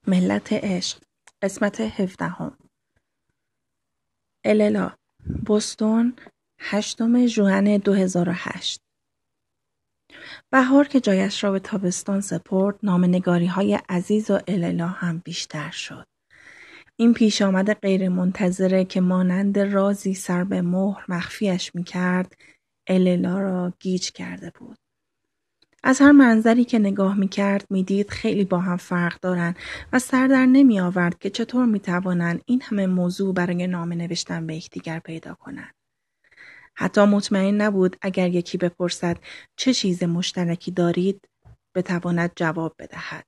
ملت عشق قسمت 17 اللا بوستون 8 ژوئن 2008 بهار که جایش را به تابستان سپرد نامه‌نگاری‌های عزیز و اللا هم بیشتر شد. این پیش آمد غیر منتظره که مانند رازی سر به مهر مخفیش می کرد اللا را گیج کرده بود. از هر منظری که نگاه می کرد می دید خیلی با هم فرق دارن و سر در نمی آورد که چطور می توانند این همه موضوع برای نامه نوشتن به یکدیگر پیدا کنند. حتی مطمئن نبود اگر یکی بپرسد چه چیز مشترکی دارید بتواند جواب بدهد.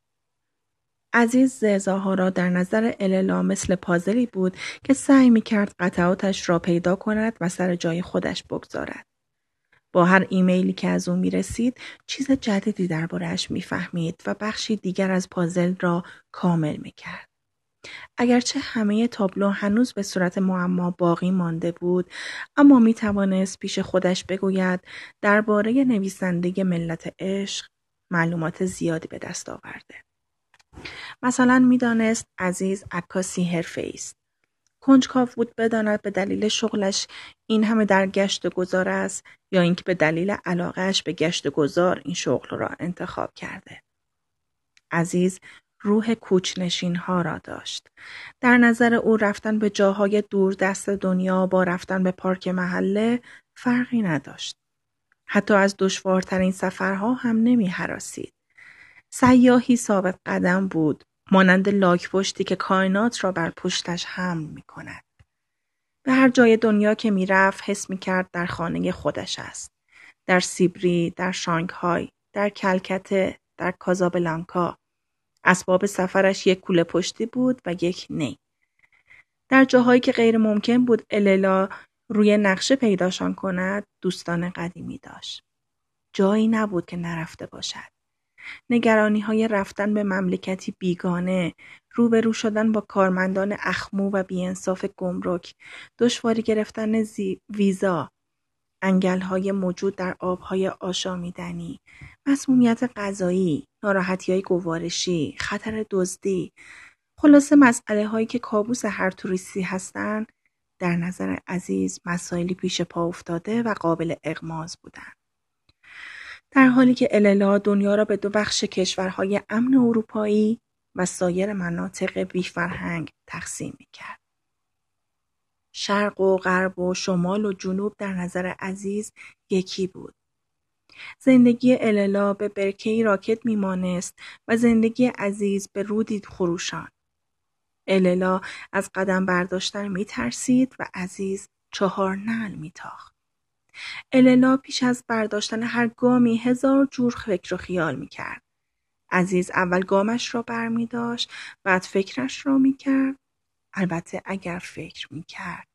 عزیز زعزعه‌ها را در نظر اللا مثل پازلی بود که سعی می کرد قطعاتش را پیدا کند و سر جای خودش بگذارد. با هر ایمیلی که از او می رسید چیز جدیدی درباره‌اش می فهمید و بخشی دیگر از پازل را کامل می کرد. اگرچه همه تابلو هنوز به صورت معما باقی مانده بود، اما می توانست پیش خودش بگوید درباره نویسنده ملت عشق معلومات زیادی به دست آورده. مثلا می دانست عزیز عکاسی حرفه‌ای است. کنجکاو بود بداند به دلیل شغلش این همه در گشت و گذار است یا اینکه به دلیل علاقهش به گشت و گذار این شغل را انتخاب کرده. عزیز روح کوچ‌نشین ها را داشت. در نظر او رفتن به جاهای دور دست دنیا با رفتن به پارک محله فرقی نداشت. حتی از دشوارترین سفرها هم نمی هراسید. سیاحی ثابت قدم بود، مانند لاک‌پشتی که کائنات را بر پشتش حمل می کند. به هر جای دنیا که می رفت حس می کرد در خانه خودش است. در سیبری، در شانگهای، در کلکته، در کازابلانکا. اسباب سفرش یک کوله پشتی بود و یک نی. در جاهایی که غیر ممکن بود اللا روی نقشه پیداشان کند دوستان قدیمی داشت. جایی نبود که نرفته باشد. نگرانی‌های رفتن به مملکتی بیگانه، روبرو شدن با کارمندان اخمو و بی‌انصاف گمرک، دشواری گرفتن ویزا، انگل‌های موجود در آب‌های آشامیدنی، مسمومیت غذایی، ناراحتی‌های گوارشی، خطر دزدی، خلاصه مسئله‌هایی که کابوس هر توریستی هستند، در نظر عزیز مسائلی پیش پا افتاده و قابل اغماض بودند. در حالی که اللا دنیا را به دو بخش کشورهای امن اروپایی و سایر مناطق بی فرهنگ تقسیم می‌کرد. شرق و غرب و شمال و جنوب در نظر عزیز یکی بود. زندگی اللا به برکه‌ای راکت می‌مانست و زندگی عزیز به رودی خروشان. اللا از قدم برداشتن می‌ترسید و عزیز 4 نعل می‌تاخت. اللا پیش از برداشتن هر گامی 1000 جور فکر و خیال می‌کرد. عزیز اول گامش را برمی‌داشت، بعد فکرش را می‌کرد. البته اگر فکر می‌کرد.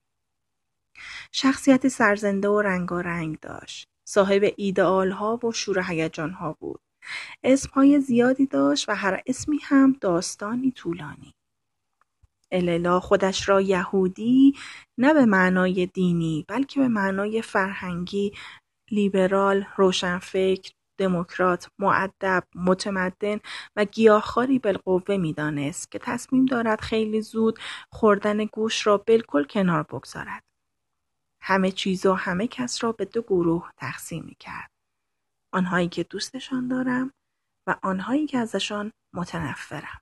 شخصیت سرزنده و رنگارنگ داشت. صاحب ایدئال‌ها و شور و هیجان‌ها بود. اسم‌های زیادی داشت و هر اسمی هم داستانی طولانی. اللا خودش را یهودی نه به معنای دینی بلکه به معنای فرهنگی، لیبرال، روشنفکر، دموکرات، مؤدب، متمدن و گیاهخواری بالقوه می‌دانست که تصمیم دارد خیلی زود خوردن گوشت را بالکل کنار بگذارد. همه چیز و همه کس را به 2 گروه تقسیم می‌کرد. آنهایی که دوستشان دارم و آنهایی که ازشان متنفرم.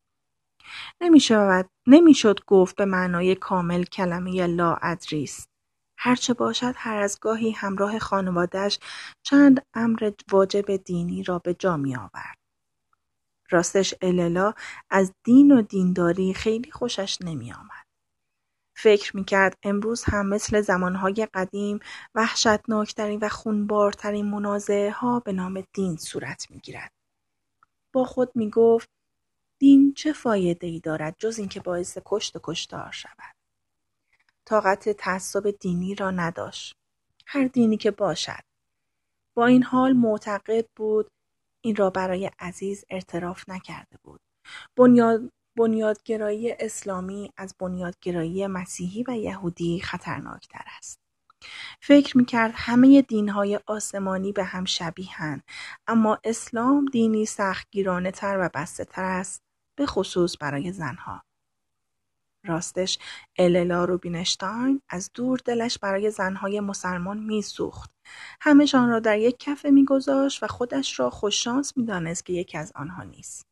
نمیشد گفت به معنای کامل کلمه لا ادری است. هرچه باشد هر از گاهی همراه خانواده‌اش چند امر واجب دینی را به جا می آورد. راستش اللا از دین و دینداری خیلی خوشش نمی آمد. فکر می کرد امروز هم مثل زمانهای قدیم وحشتناکترین و خونبارترین منازعه ها به نام دین صورت می گیرد. با خود می گفت دین چه فایده‌ای دارد جز اینکه باعث کشت و کشتار شود. طاقت تعصب دینی را نداشت. هر دینی که باشد. با این حال معتقد بود این را برای عزیز اعتراف نکرده بود. بنیادگرایی اسلامی از بنیادگرایی مسیحی و یهودی خطرناکتر است. فکر می‌کرد همه دین‌های آسمانی به هم شبیه‌اند، اما اسلام دینی سختگیرانه‌تر و بسته‌تر است به خصوص برای زنها. راستش اللا روبینشتاین از دور دلش برای زنهای مسلمان میسوخت. همه‌شان را در یک کفه میگذاشت و خودش را خوششانس میدانست که یکی از آنها نیست.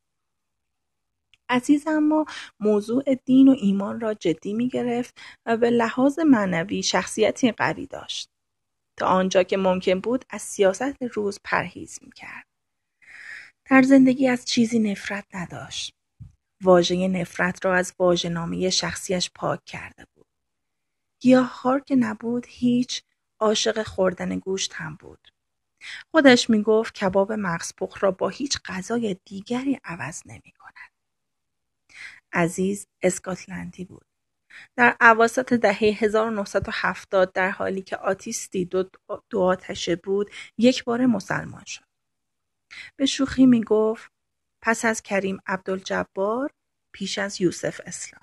عزیز اما موضوع دین و ایمان را جدی می‌گرفت و به لحاظ معنوی شخصیتی قوی داشت. تا آنجا که ممکن بود از سیاست روز پرهیز می‌کرد. در زندگی از چیزی نفرت نداشت. واژه نفرت را از واژه‌نامه شخصیش پاک کرده بود. گیاهخوار که نبود هیچ، عاشق خوردن گوشت هم بود. خودش میگفت کباب مغزپخت را با هیچ غذای دیگری عوض نمی‌کند. عزیز اسکاتلندی بود. در اواسط دهه 1970 در حالی که آتیستی دو آتشه بود یک بار مسلمان شد. به شوخی می گفت پس از کریم عبدالجبار پیش از یوسف اسلام.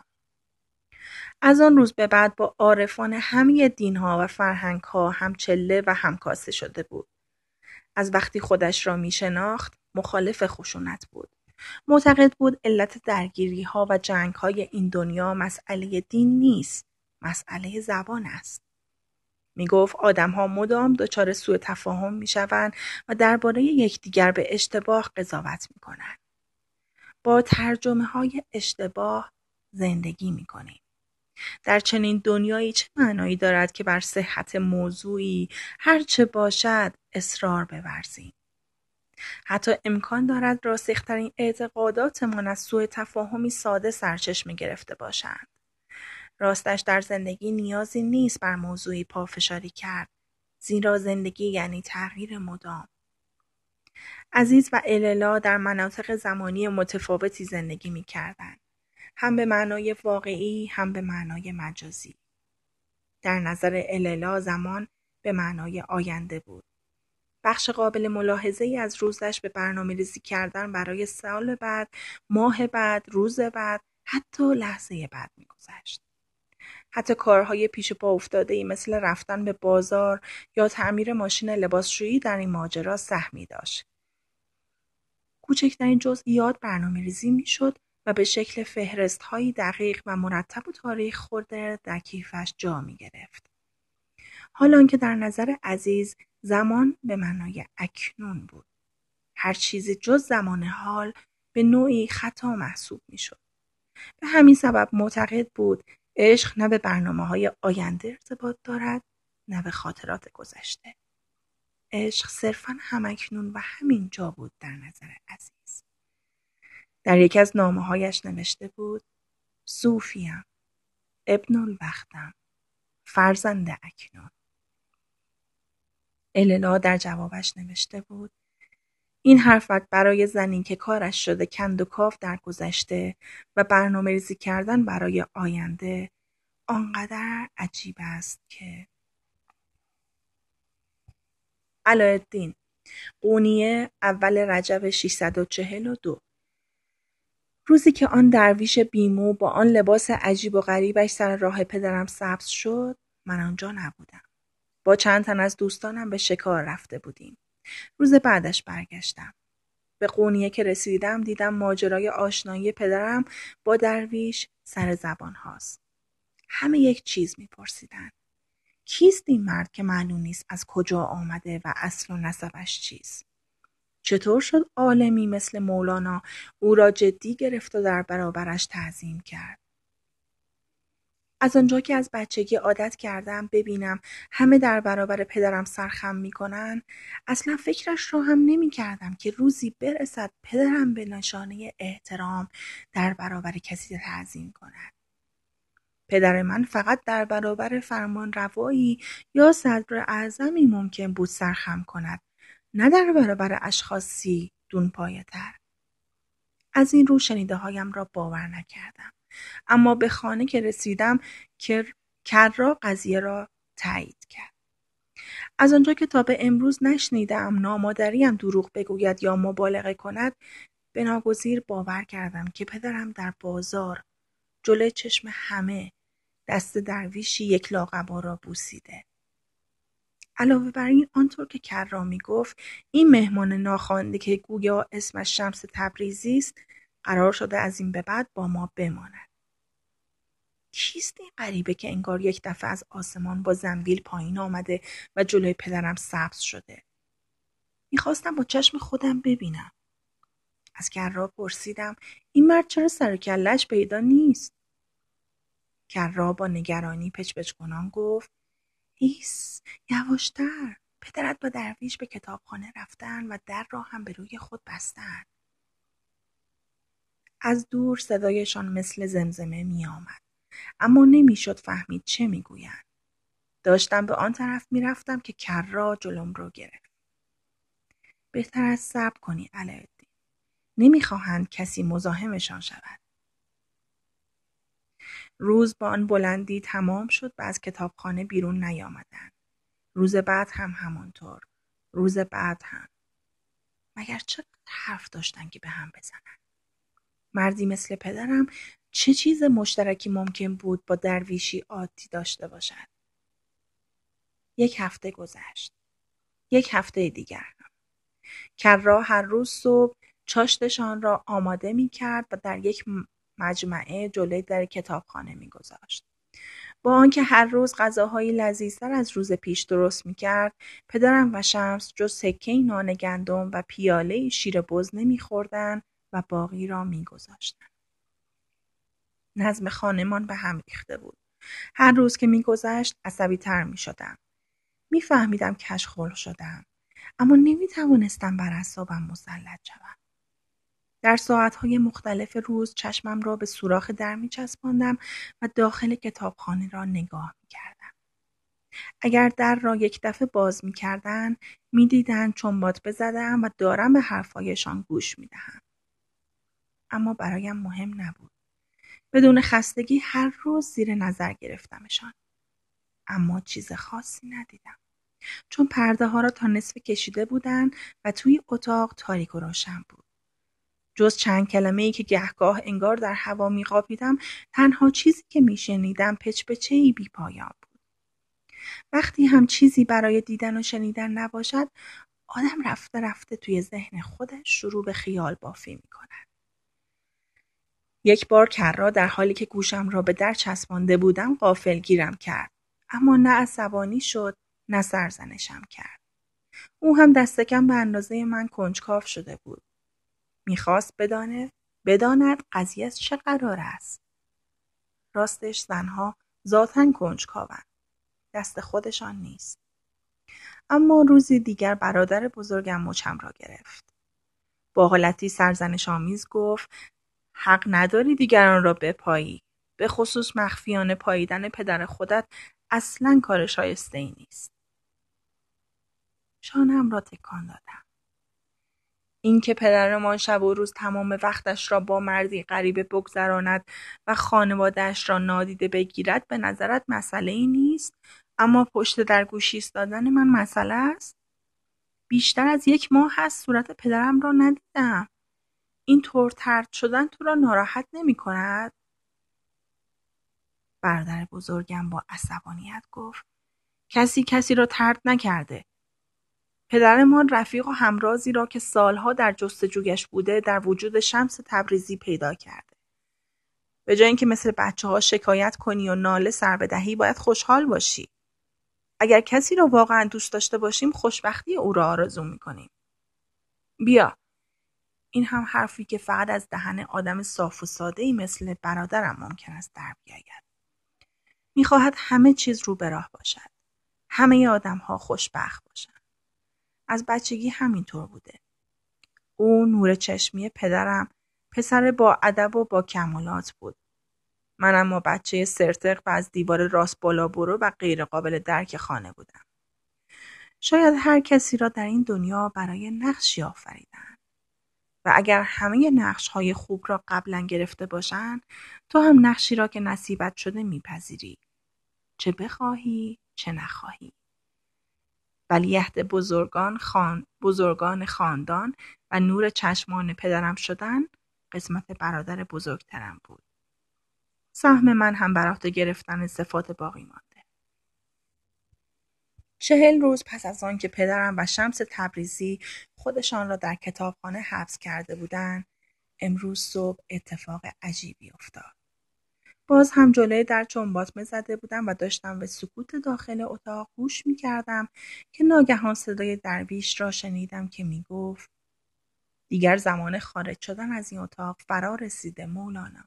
از آن روز به بعد با عارفان همه دینها و فرهنگها هم چله و هم کاسه شده بود. از وقتی خودش را می شناخت مخالف خشونت بود. معتقد بود علت درگیری‌ها و جنگ‌های این دنیا مسئله دین نیست، مسئله زبان است. می‌گفت آدم‌ها مدام دچار سوء تفاهم می‌شوند و درباره یکدیگر به اشتباه قضاوت می‌کنند. با ترجمه‌های اشتباه زندگی می‌کنیم. در چنین دنیایی چه معنایی دارد که بر صحت موضوعی هر چه باشد اصرار بورزیم؟ حتی امکان دارد راسخترین اعتقاداتمان از سوء تفاهمی ساده سرچشمه گرفته باشند. راستش در زندگی نیازی نیست بر موضوعی پافشاری کرد، زیرا زندگی یعنی تغییر مدام. عزیز و اللا در مناطق زمانی متفاوتی زندگی می کردند. هم به معنای واقعی هم به معنای مجازی. در نظر اللا زمان به معنای آینده بود. بخش قابل ملاحظه‌ای از روزش به برنامه‌ریزی کردن برای سال بعد، ماه بعد، روز بعد، حتی لحظه بعد می‌گذشت. حتی کارهای پیش پا افتاده‌ای مثل رفتن به بازار یا تعمیر ماشین لباسشویی در این ماجرا سهمی داشت. کوچکترین جزئیات برنامه‌ریزی می‌شد و به شکل فهرست‌هایی دقیق و مرتب و تاریخ خورده در کیفش جا می‌گرفت. حالان که در نظر عزیز زمان به معنای اکنون بود. هر چیزی جز زمان حال به نوعی خطا محسوب می‌شد. به همین سبب معتقد بود عشق نه به برنامه‌های آینده ارتباط دارد نه به خاطرات گذشته. عشق صرفاً همکنون و همین جا بود در نظر عزیز. در یکی از نامه‌هایش نوشته بود صوفیم، ابن الوقتم، فرزند اکنون. اللا در جوابش نوشته بود این حرفت برای زنی که کارش شده کند و کاف در گذشته و برنامه‌ریزی کردن برای آینده آنقدر عجیب است که علاءالدین قونیه اول رجب 642 روزی که آن درویش بیمو با آن لباس عجیب و غریبش سر راه پدرم سبز شد من آنجا نبودم. با چند تن از دوستانم به شکار رفته بودیم. روز بعدش برگشتم. به قونیه که رسیدم دیدم ماجرای آشنایی پدرم با درویش سر زبان هاست. همه یک چیز میپرسیدن. کیست این مرد که معلوم نیست از کجا آمده و اصل و نسبش چیست؟ چطور شد عالمی مثل مولانا او را جدی گرفت و در برابرش تعظیم کرد؟ از آنجا که از بچگی عادت کردم ببینم همه در برابر پدرم سرخم میکنن، اصلا فکرش را هم نمی کردم که روزی برسد پدرم به نشانه احترام در برابر کسی تعظیم کند. پدر من فقط در برابر فرمان روایی یا صدر اعظمی ممکن بود سرخم کند، نه در برابر اشخاصی دون پایه تر. از این رو شنیده هایم را باور نکردم. اما به خانه که رسیدم کرا قضیه را تایید کرد. از آنجا که تا به امروز نشنیدم نامادریم دروغ بگوید یا مبالغه کند، بناگزیر باور کردم که پدرم در بازار جلوی چشم همه دست درویشی یک لاغبا را بوسیده. علاوه بر این آنطور که کرا می گفت این مهمان ناخوانده که گویا اسمش شمس تبریزی است قرار شده از این به بعد با ما بماند. کیست این غریبه که انگار یک دفعه از آسمان با زنبیل پایین آمده و جلوی پدرم سبز شده؟ میخواستم با چشم خودم ببینم. از کرا پرسیدم این مرد چرا سر و کله‌اش پیدا نیست؟ کرا با نگرانی پچ کنان گفت هیس، یواشتر. پدرت با درویش به کتابخانه رفتن و در را هم به روی خود بستن. از دور صدایشان مثل زمزمه می آمد. اما نمیشد فهمید چه میگویند. داشتم به آن طرف میرفتم که کرا جلوم رو گرفت. بهتر است صبر کنی علاءالدین. نمیخواهند کسی مزاحمشان شود. روز با آن بلندی تمام شد و از کتابخانه بیرون نیامدند. روز بعد هم همانطور. روز بعد هم. مگر چقدر حرف داشتن که به هم بزنن؟ مردی مثل پدرم چه چیز مشترکی ممکن بود با درویشی عادی داشته باشد؟ 1 هفته گذشت. 1 هفته دیگر هم. کرا هر روز صبح چاشتشان را آماده می کرد و در یک مجمعه جلوی در کتابخانه می گذاشت. با آنکه هر روز غذاهایی لذیذتر از روز پیش درست می کرد، پدرم و شمس جز سکه نان گندم و پیاله شیر بز نمی خوردن و باقی را می گذاشتن. نظم خانمان به هم ریخته بود. هر روز که می گذشت عصبی تر می شدم. می فهمیدم کژخلق شدم. اما نمی توانستم بر اعصابم مسلط شوم. در ساعتهای مختلف روز چشمم را به سوراخ در می چسباندم و داخل کتابخانه را نگاه می کردم. اگر در را یک دفعه باز می کردن، می دیدن چنبات بزدم و دارم به حرفایشان گوش می دهم. اما برایم مهم نبود. بدون خستگی هر روز زیر نظر گرفتمشان. اما چیز خاصی ندیدم. چون پرده ها را تا نصف کشیده بودن و توی اتاق تاریک و روشن بود. جز چند کلمه‌ای که گهگاه انگار در هوا می‌قاپیدم، تنها چیزی که می‌شنیدم پچ‌پچه‌ای بی‌پایان بود. وقتی هم چیزی برای دیدن و شنیدن نباشد، آدم رفته رفته توی ذهن خودش شروع به خیال بافی می‌کند. یک بار کرا در حالی که گوشم را به در چسبانده بودم غافلگیرم کرد. اما نه عصبانی شد، نه سرزنشم کرد. او هم دست کم به اندازه من کنجکاو شده بود. میخواست بداند قضیه از چه قرار است. راستش زنها ذاتاً کنجکاوند. دست خودشان نیست. اما روزی دیگر برادر بزرگم مچم را گرفت. با حالتی سرزنش‌آمیز گفت حق نداری دیگران را بپایی. به خصوص مخفیانه پاییدن پدر خودت اصلاً کار شایسته‌ای نیست. شانه‌ام را تکان دادم. این که پدرمان شب و روز تمام وقتش را با مردی غریبه بگذراند و خانواده‌اش را نادیده بگیرد به نظرت مسئله‌ای نیست، اما پشت در گوشی ایستادن من مسئله است؟ بیشتر از 1 ماه هست صورت پدرم را ندیدم. این طور طرد شدن تو را ناراحت نمی کند؟ برادر بزرگم با عصبانیت گفت کسی را طرد نکرده. پدرمان رفیق و همرازی را که سالها در جستجویش بوده در وجود شمس تبریزی پیدا کرده. به جای اینکه مثل بچه‌ها شکایت کنی و ناله سر بدهی باید خوشحال باشی. اگر کسی را واقعا دوست داشته باشیم خوشبختی او را آرزو می‌کنیم. بیا. این هم حرفی که فقط از دهن آدم صاف و ساده‌ای مثل برادرم ممکن است در بیاید. می‌خواهد همه چیز رو به راه باشد. همه آدم‌ها خوشبخت باشند. از بچگی همینطور بوده. او نور چشمی پدرم پسر با ادب و با کمالات بود. من اما بچه سرتق و از دیوار راست بالا برو و غیر قابل درک خانه بودم. شاید هر کسی را در این دنیا برای نقشی آفریدند. و اگر همه نقش‌های خوب را قبلا گرفته باشند، تو هم نقشی را که نصیبت شده میپذیری. چه بخواهی، چه نخواهی. ولیعهد بزرگان خاندان و نور چشمان پدرم شدن قسمت برادر بزرگترم بود. سهم من هم بر عهده گرفتن صفات باقی مانده. 40 روز پس از آن که پدرم و شمس تبریزی خودشان را در کتابخانه حبس کرده بودند، امروز صبح اتفاق عجیبی افتاد. باز هم جلوی در چنباتمه زده بودم و داشتم به سکوت داخل اتاق گوش می‌کردم که ناگهان صدای درویش را شنیدم که می‌گفت: دیگر زمان خارج شدن از این اتاق فرا رسیده مولانا.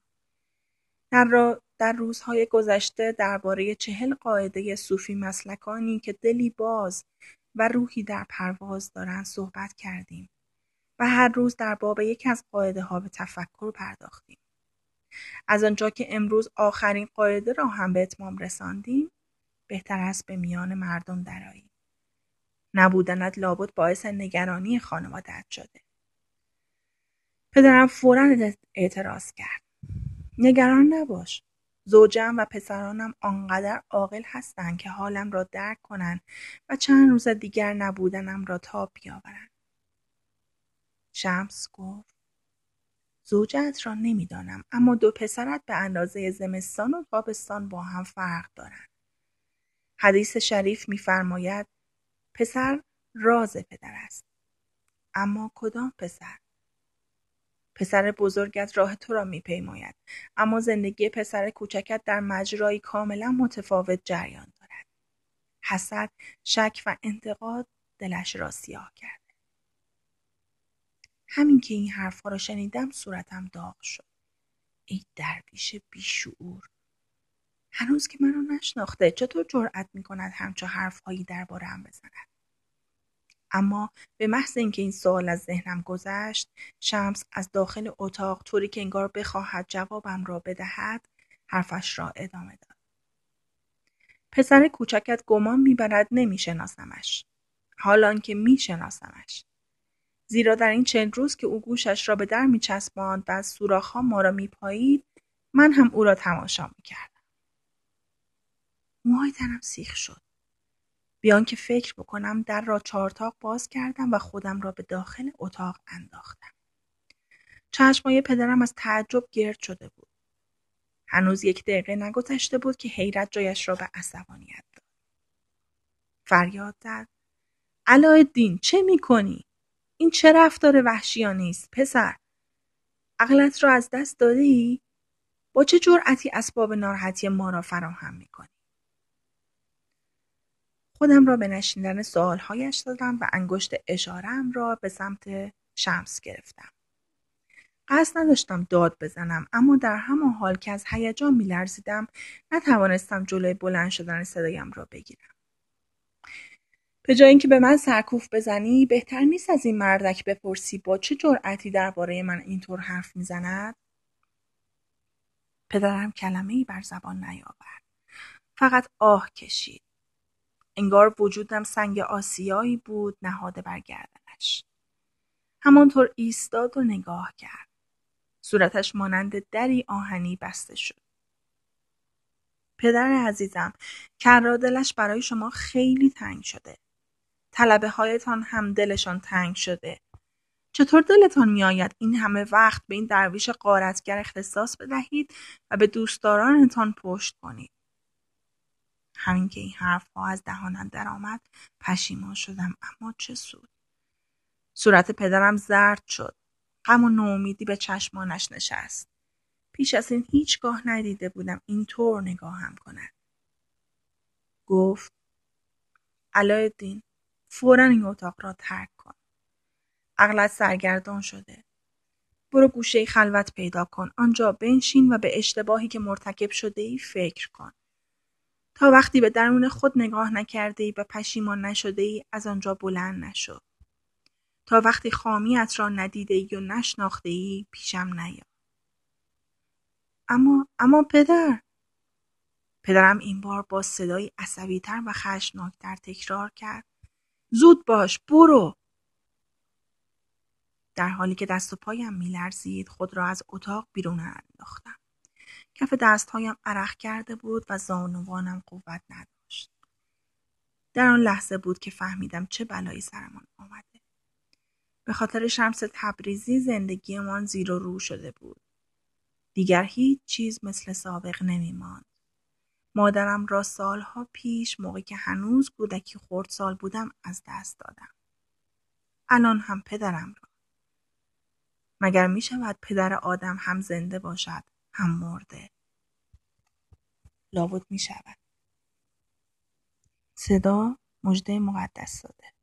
در روزهای گذشته درباره 40 قاعده صوفی مسلکانی که دلی باز و روحی در پرواز دارند صحبت کردیم و هر روز در باب یکی از قاعده ها به تفکر پرداختیم. از آنجا که امروز آخرین قاعده را هم به اتمام رساندیم، بهتر است به میان مردم درآییم. نبودنت لابد باعث نگرانی خانواده‌ات شده. پدرم فوراً اعتراض کرد: نگران نباش. زوجم و پسرانم آنقدر عاقل هستند که حالم را درک کنند و چند روز دیگر نبودنم را تاب بیاورند. شمس گفت: زوجت را نمیدانم، اما 2 پسرت به اندازه زمستان و تابستان با هم فرق دارند. حدیث شریف می‌فرماید پسر راز پدر است. اما کدام پسر؟ پسر بزرگت راه تو را می‌پیماید، اما زندگی پسر کوچکت در مجرایی کاملا متفاوت جریان دارد. حسد، شک و انتقاد دلش را سیاه کرده. همین که این حرفها را شنیدم صورتم داغ شد. ای درویش بیشعور! هنوز که منو نشناخته چطور جرأت می‌کند همچو حرفهایی درباره‌ام بزند؟ اما به محض اینکه این سوال از ذهنم گذشت، شمس از داخل اتاق طوری که انگار بخواهد جوابم را بدهد، حرفش را ادامه داد. پسر کوچکت گمان می‌برد نمی‌شناسمش، حالان که می‌شناسمش. زیرا در این 40 روز که او گوشش را به در می‌چسباند و از سوراخ‌ها ما را می‌پایید، من هم او را تماشا می‌کردم. موهای تنم سیخ شد. بیان که فکر بکنم در را 4 تاق باز کردم و خودم را به داخل اتاق انداختم. چشمای پدرم از تعجب گرد شده بود. هنوز 1 دقیقه نگذشته بود که حیرت جایش را به عصبانیت داد. فریاد زد: علاءالدین چه می‌کنی؟ این چه رفتار وحشیانه است پسر؟ عقلت را از دست داده‌ای؟ با چه جرأتی اسباب ناراحتی ما را فراهم می‌کنی؟ خودم را به نشنیدن سؤال‌هایش دادم و انگشت اشاره‌ام را به سمت شمس گرفتم. قصد نداشتم داد بزنم، اما در همان حال که از هیجان می‌لرزیدم نتوانستم جلوی بلند شدن صدایم را بگیرم. به جای اینکه به من سرکوف بزنی، بهتر نیست از این مردک بپرسی با چه جرأتی درباره من اینطور حرف می‌زند؟ پدرم کلمه‌ای بر زبان نیاورد. فقط آه کشید. انگار وجودم سنگ آسیایی بود نهاده بر گردنش. همانطور ایستاد و نگاه کرد. صورتش مانند دری آهنی بسته شد. پدر عزیزم، کرادلش برای شما خیلی تنگ شده. طلبه هایتان هم دلشان تنگ شده. چطور دلتان میآید این همه وقت به این درویش غارتگر اختصاص بدهید و به دوستدارانتان پشت کنید؟ همین که این حرفها از دهانم درآمد پشیمان شدم، اما چه سود؟ صورت پدرم زرد شد. غم و نومیدی به چشمانش نشست. پیش از این هیچگاه ندیده بودم اینطور نگاهم کند. گفت: علاءالدین، فوراً این اتاق را ترک کن. عقلت سرگردان شده. برو گوشه خلوت پیدا کن. آنجا بنشین و به اشتباهی که مرتکب شده ای فکر کن. تا وقتی به درون خود نگاه نکرده ای و پشیمان نشده ای از آنجا بلند نشو. تا وقتی خامیت را ندیده ای و نشناخته ای پیشم نیا. اما پدرم این بار با صدایی عصبی‌تر و خشمناک‌تر تکرار کرد: زود باش، برو. در حالی که دست و پایم می‌لرزید خود را از اتاق بیرون انداختم. کف دستهایم عرق کرده بود و زانوانم قوت نداشت. در آن لحظه بود که فهمیدم چه بلایی سرمان آمده. به خاطر شمس تبریزی زندگیمان زیر و رو شده بود. دیگر هیچ چیز مثل سابق نمی‌ماند. مادرم را سالها پیش موقعی که هنوز کودکی خردسال بودم از دست دادم. الان هم پدرم را. مگر می شود پدر آدم هم زنده باشد هم مرده؟ لابد می شود. صدا مژده مقدس داده.